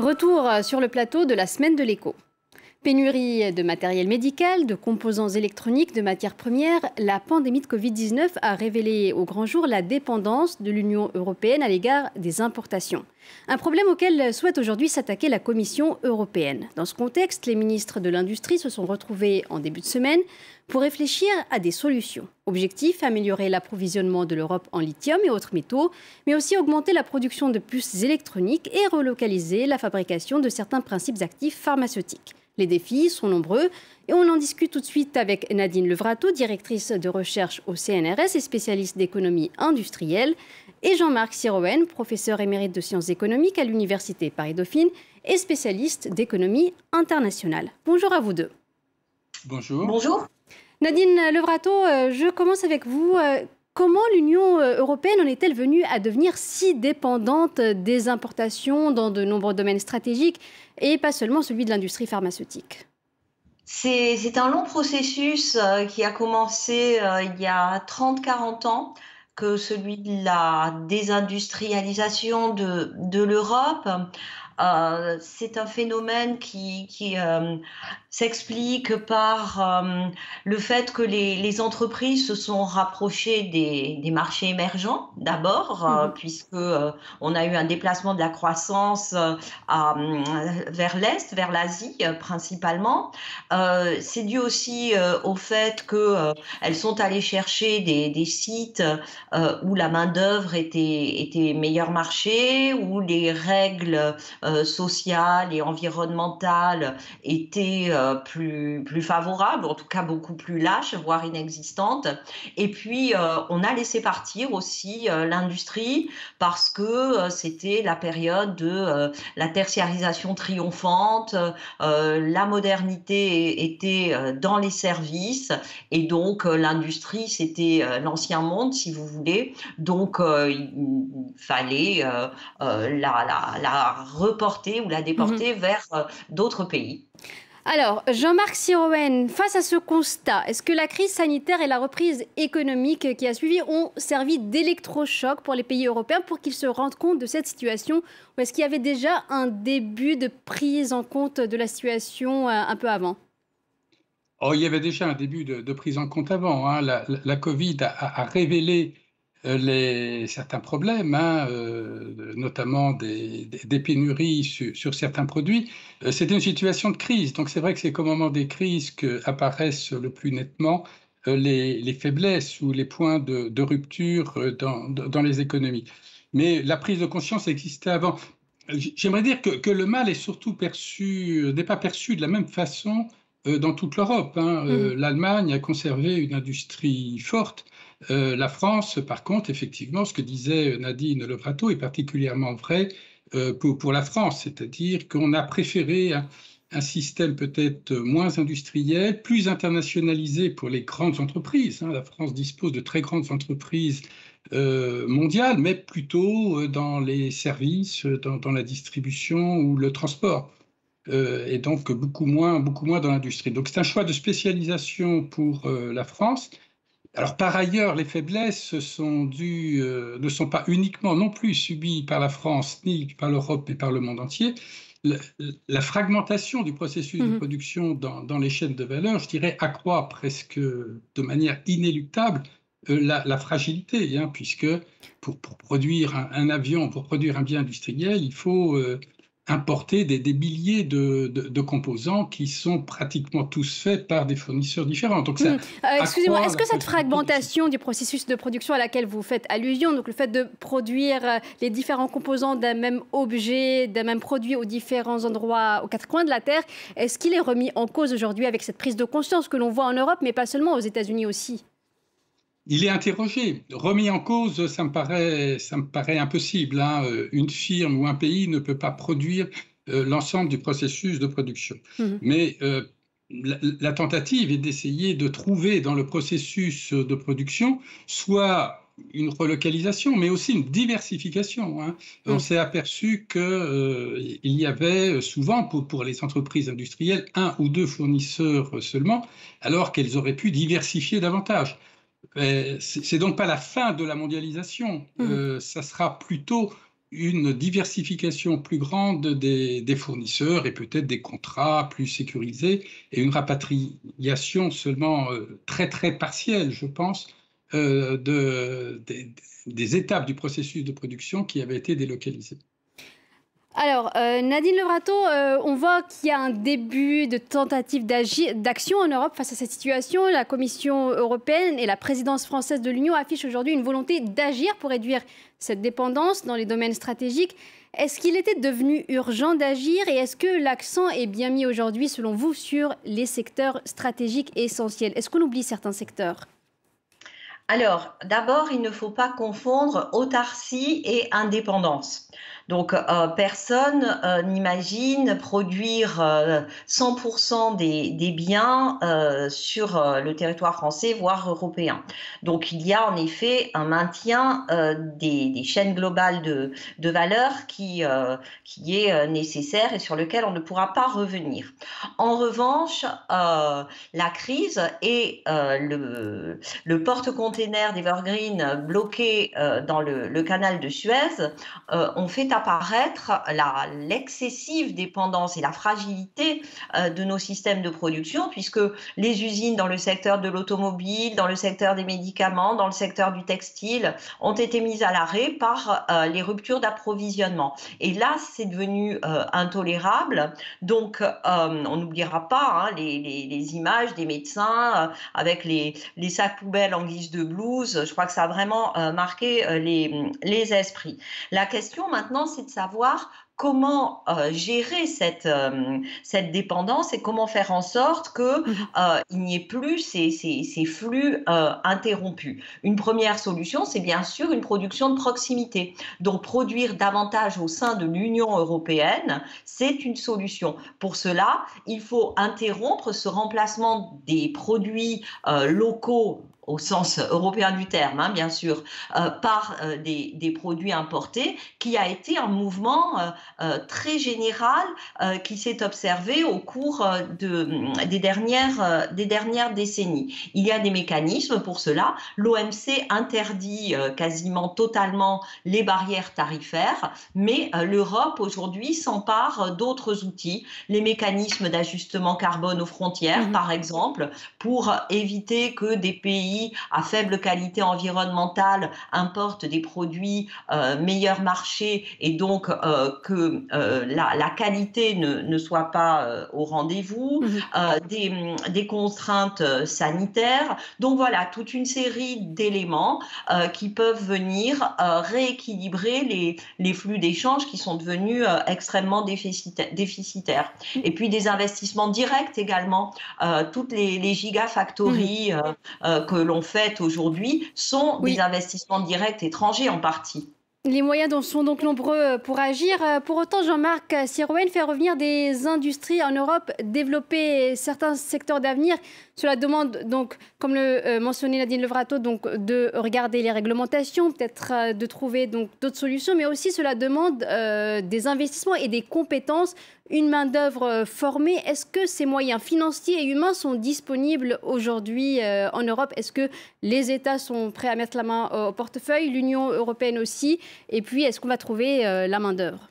Retour sur le plateau de la semaine de l'écho. Pénurie de matériel médical, de composants électroniques, de matières premières, la pandémie de Covid-19 a révélé au grand jour la dépendance de l'Union européenne à l'égard des importations. Un problème auquel souhaite aujourd'hui s'attaquer la Commission européenne. Dans ce contexte, les ministres de l'Industrie se sont retrouvés en début de semaine pour réfléchir à des solutions. Objectif, améliorer l'approvisionnement de l'Europe en lithium et autres métaux, mais aussi augmenter la production de puces électroniques et relocaliser la fabrication de certains principes actifs pharmaceutiques. Les défis sont nombreux et on en discute tout de suite avec Nadine Levrato, directrice de recherche au CNRS et spécialiste d'économie industrielle, et Jean-Marc Siroën, professeur émérite de sciences économiques à l'Université Paris-Dauphine et spécialiste d'économie internationale. Bonjour à vous deux. Bonjour. Bonjour. Nadine Levrato, je commence avec vous. Comment l'Union européenne en est-elle venue à devenir si dépendante des importations dans de nombreux domaines stratégiques et pas seulement celui de l'industrie pharmaceutique ? C'est un long processus qui a commencé il y a 30-40 ans, que celui de la désindustrialisation de l'Europe. C'est un phénomène qui s'explique par le fait que les entreprises se sont rapprochées des marchés émergents d'abord, puisque on a eu un déplacement de la croissance vers l'Est, vers l'Asie principalement. C'est dû aussi au fait qu'elles sont allées chercher des sites où la main-d'œuvre était meilleur marché, où les règles sociales et environnementales étaient plus favorables, en tout cas beaucoup plus lâches, voire inexistantes. Et puis, on a laissé partir aussi l'industrie parce que c'était la période de la tertiarisation triomphante, la modernité était dans les services et donc l'industrie, c'était l'ancien monde, si vous voulez. Donc, il fallait la reporter ou la déporter vers d'autres pays. Alors, Jean-Marc Siroën, face à ce constat, est-ce que la crise sanitaire et la reprise économique qui a suivi ont servi d'électrochoc pour les pays européens pour qu'ils se rendent compte de cette situation? Ou est-ce qu'il y avait déjà un début de prise en compte de la situation un peu avant? Oh, il y avait déjà un début de prise en compte avant. Hein. La Covid a révélé certains problèmes, notamment des pénuries sur certains produits. C'était une situation de crise. Donc c'est vrai que c'est qu'au moment des crises qu'apparaissent le plus nettement les faiblesses ou les points de rupture dans les économies. Mais la prise de conscience existait avant. J'aimerais dire que le mal est surtout n'est pas perçu de la même façon dans toute l'Europe. L'Allemagne a conservé une industrie forte. La France, par contre, effectivement, ce que disait Nadine Levrato est particulièrement vrai pour la France, c'est-à-dire qu'on a préféré un système peut-être moins industriel, plus internationalisé pour les grandes entreprises. La France dispose de très grandes entreprises mondiales, mais plutôt dans les services, dans la distribution ou le transport. Et donc beaucoup moins dans l'industrie. Donc c'est un choix de spécialisation pour la France. Alors par ailleurs, les faiblesses ne sont pas uniquement non plus subies par la France, ni par l'Europe, mais par le monde entier. La fragmentation du processus de production dans les chaînes de valeur, je dirais, accroît presque de manière inéluctable la fragilité, puisque pour produire un avion, pour produire un bien industriel, il faut importer des milliers de composants qui sont pratiquement tous faits par des fournisseurs différents. Donc excusez-moi, est-ce que cette fragmentation du processus de production à laquelle vous faites allusion, donc le fait de produire les différents composants d'un même objet, d'un même produit aux différents endroits, aux quatre coins de la Terre, est-ce qu'il est remis en cause aujourd'hui avec cette prise de conscience que l'on voit en Europe, mais pas seulement, aux États-Unis aussi ? Il est interrogé, remis en cause, ça me paraît impossible. Une firme ou un pays ne peut pas produire l'ensemble du processus de production. Mais la tentative est d'essayer de trouver dans le processus de production soit une relocalisation, mais aussi une diversification. On s'est aperçu qu'il y avait souvent pour les entreprises industrielles un ou deux fournisseurs seulement, alors qu'elles auraient pu diversifier davantage. C'est donc pas la fin de la mondialisation, ça sera plutôt une diversification plus grande des fournisseurs et peut-être des contrats plus sécurisés et une rapatriation seulement très très partielle, je pense, des étapes du processus de production qui avaient été délocalisées. Alors, Nadine Levrato, on voit qu'il y a un début de tentative d'action en Europe face à cette situation. La Commission européenne et la présidence française de l'Union affichent aujourd'hui une volonté d'agir pour réduire cette dépendance dans les domaines stratégiques. Est-ce qu'il était devenu urgent d'agir et est-ce que l'accent est bien mis aujourd'hui, selon vous, sur les secteurs stratégiques et essentiels? Est-ce qu'on oublie certains secteurs? Alors, d'abord, il ne faut pas confondre autarcie et indépendance. Donc, personne n'imagine produire 100% des biens sur le territoire français, voire européen. Donc, il y a en effet un maintien des chaînes globales de valeur qui est nécessaire et sur lequel on ne pourra pas revenir. En revanche, la crise et le porte-container d'Evergreen bloqué dans le canal de Suez ont fait apparaître l'excessive dépendance et la fragilité de nos systèmes de production, puisque les usines dans le secteur de l'automobile, dans le secteur des médicaments, dans le secteur du textile ont été mises à l'arrêt par les ruptures d'approvisionnement. Et là, c'est devenu intolérable. Donc, on n'oubliera pas les images des médecins avec les sacs poubelles en guise de blouse. Je crois que ça a vraiment marqué les esprits. La question maintenant, c'est de savoir comment gérer cette dépendance et comment faire en sorte qu'il n'y ait plus ces flux interrompus. Une première solution, c'est bien sûr une production de proximité. Donc, produire davantage au sein de l'Union européenne, c'est une solution. Pour cela, il faut interrompre ce remplacement des produits locaux au sens européen du terme, bien sûr, par des produits importés, qui a été un mouvement très général qui s'est observé au cours des dernières décennies. Il y a des mécanismes pour cela. L'OMC interdit quasiment totalement les barrières tarifaires, mais l'Europe aujourd'hui s'empare d'autres outils, les mécanismes d'ajustement carbone aux frontières, par exemple, pour éviter que des pays à faible qualité environnementale importent des produits meilleur marché et donc que la qualité ne soit pas au rendez-vous, des contraintes sanitaires. Donc voilà, toute une série d'éléments qui peuvent venir rééquilibrer les flux d'échanges qui sont devenus extrêmement déficitaires. Et puis des investissements directs également. Toutes les gigafactories que l'on fait aujourd'hui sont des investissements directs étrangers en partie. Les moyens sont donc nombreux pour agir. Pour autant, Jean-Marc Sirouen fait revenir des industries en Europe, développer certains secteurs d'avenir. Cela demande donc, comme le mentionnait Nadine Levrato, donc de regarder les réglementations, peut-être de trouver donc d'autres solutions, mais aussi cela demande des investissements et des compétences, une main-d'œuvre formée. Est-ce que ces moyens financiers et humains sont disponibles aujourd'hui en Europe? Est-ce que les États sont prêts à mettre la main au portefeuille, l'Union européenne aussi? Et puis, est-ce qu'on va trouver la main-d'œuvre?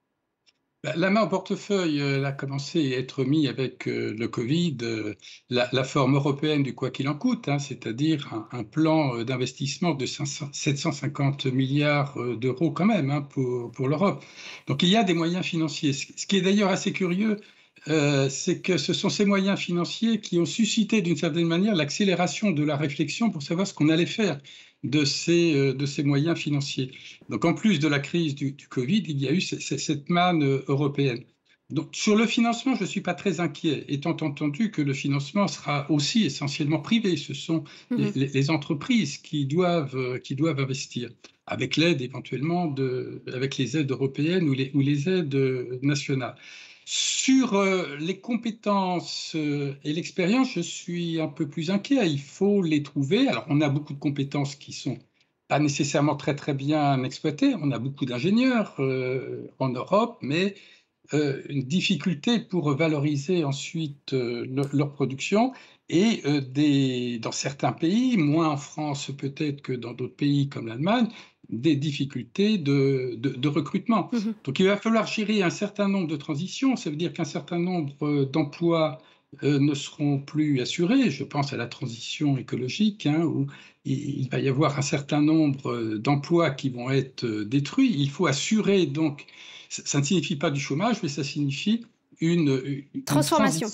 La main au portefeuille a commencé à être mise avec le Covid, la forme européenne du quoi qu'il en coûte, c'est-à-dire un plan d'investissement de 750 milliards d'euros quand même pour l'Europe. Donc il y a des moyens financiers. Ce qui est d'ailleurs assez curieux, c'est que ce sont ces moyens financiers qui ont suscité d'une certaine manière l'accélération de la réflexion pour savoir ce qu'on allait faire de ces moyens financiers. Donc en plus de la crise du Covid, il y a eu cette manne européenne. Donc sur le financement, je ne suis pas très inquiet, étant entendu que le financement sera aussi essentiellement privé. Ce sont les entreprises qui doivent investir, avec l'aide éventuellement avec les aides européennes ou les aides nationales. Sur les compétences et l'expérience, je suis un peu plus inquiet. Il faut les trouver. Alors, on a beaucoup de compétences qui sont pas nécessairement très, très bien exploitées. On a beaucoup d'ingénieurs en Europe, mais une difficulté pour valoriser ensuite leur production. Et dans certains pays, moins en France peut-être que dans d'autres pays comme l'Allemagne, des difficultés de recrutement. Mhm. Donc il va falloir gérer un certain nombre de transitions, ça veut dire qu'un certain nombre d'emplois ne seront plus assurés. Je pense à la transition écologique, hein, où il va y avoir un certain nombre d'emplois qui vont être détruits. Il faut assurer, donc, ça ne signifie pas du chômage, mais ça signifie une Transformation.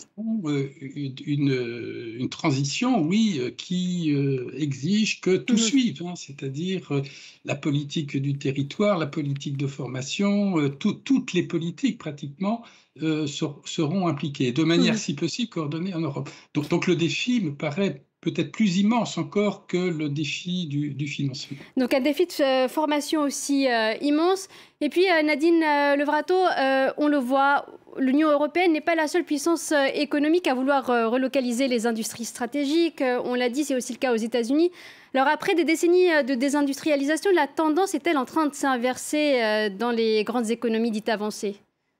une transition, oui, qui exige que tout suive, hein, c'est-à-dire la politique du territoire, la politique de formation, toutes les politiques pratiquement seront impliquées, de manière si possible coordonnée en Europe. Donc le défi me paraît peut-être plus immense encore que le défi du financement. Donc un défi de formation aussi immense. Et puis Nadine Levrato, on le voit, l'Union européenne n'est pas la seule puissance économique à vouloir relocaliser les industries stratégiques. On l'a dit, c'est aussi le cas aux États-Unis. Alors après des décennies de désindustrialisation, la tendance est-elle en train de s'inverser dans les grandes économies dites avancées ?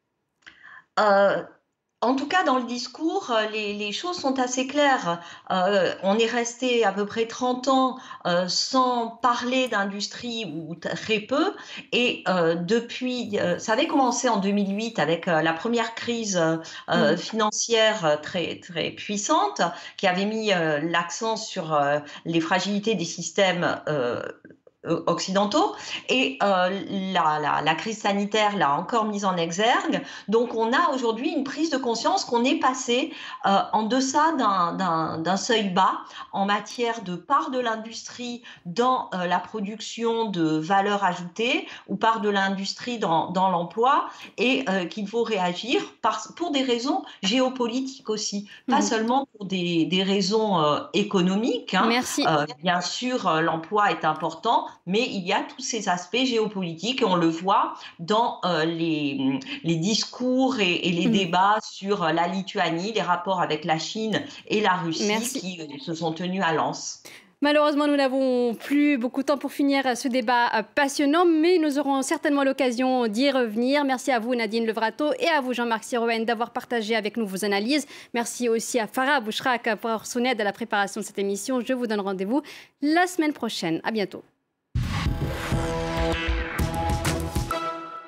En tout cas, dans le discours, les choses sont assez claires. On est resté à peu près 30 ans sans parler d'industrie ou très peu. Et depuis, ça avait commencé en 2008 avec la première crise financière très, très puissante qui avait mis l'accent sur les fragilités des systèmes occidentaux, et la crise sanitaire l'a encore mise en exergue. Donc on a aujourd'hui une prise de conscience qu'on est passé en deçà d'un seuil bas en matière de part de l'industrie dans la production de valeur ajoutée ou part de l'industrie dans l'emploi, et qu'il faut réagir pour des raisons géopolitiques aussi, pas seulement pour des raisons économiques, hein. Merci. Bien sûr, l'emploi est important, mais il y a tous ces aspects géopolitiques et on le voit dans les discours et les débats sur la Lituanie, les rapports avec la Chine et la Russie qui se sont tenus à Lens. Malheureusement, nous n'avons plus beaucoup de temps pour finir ce débat passionnant, mais nous aurons certainement l'occasion d'y revenir. Merci à vous, Nadine Levrato, et à vous, Jean-Marc Sirowen, d'avoir partagé avec nous vos analyses. Merci aussi à Farah Bouchrak pour son aide à la préparation de cette émission. Je vous donne rendez-vous la semaine prochaine. À bientôt.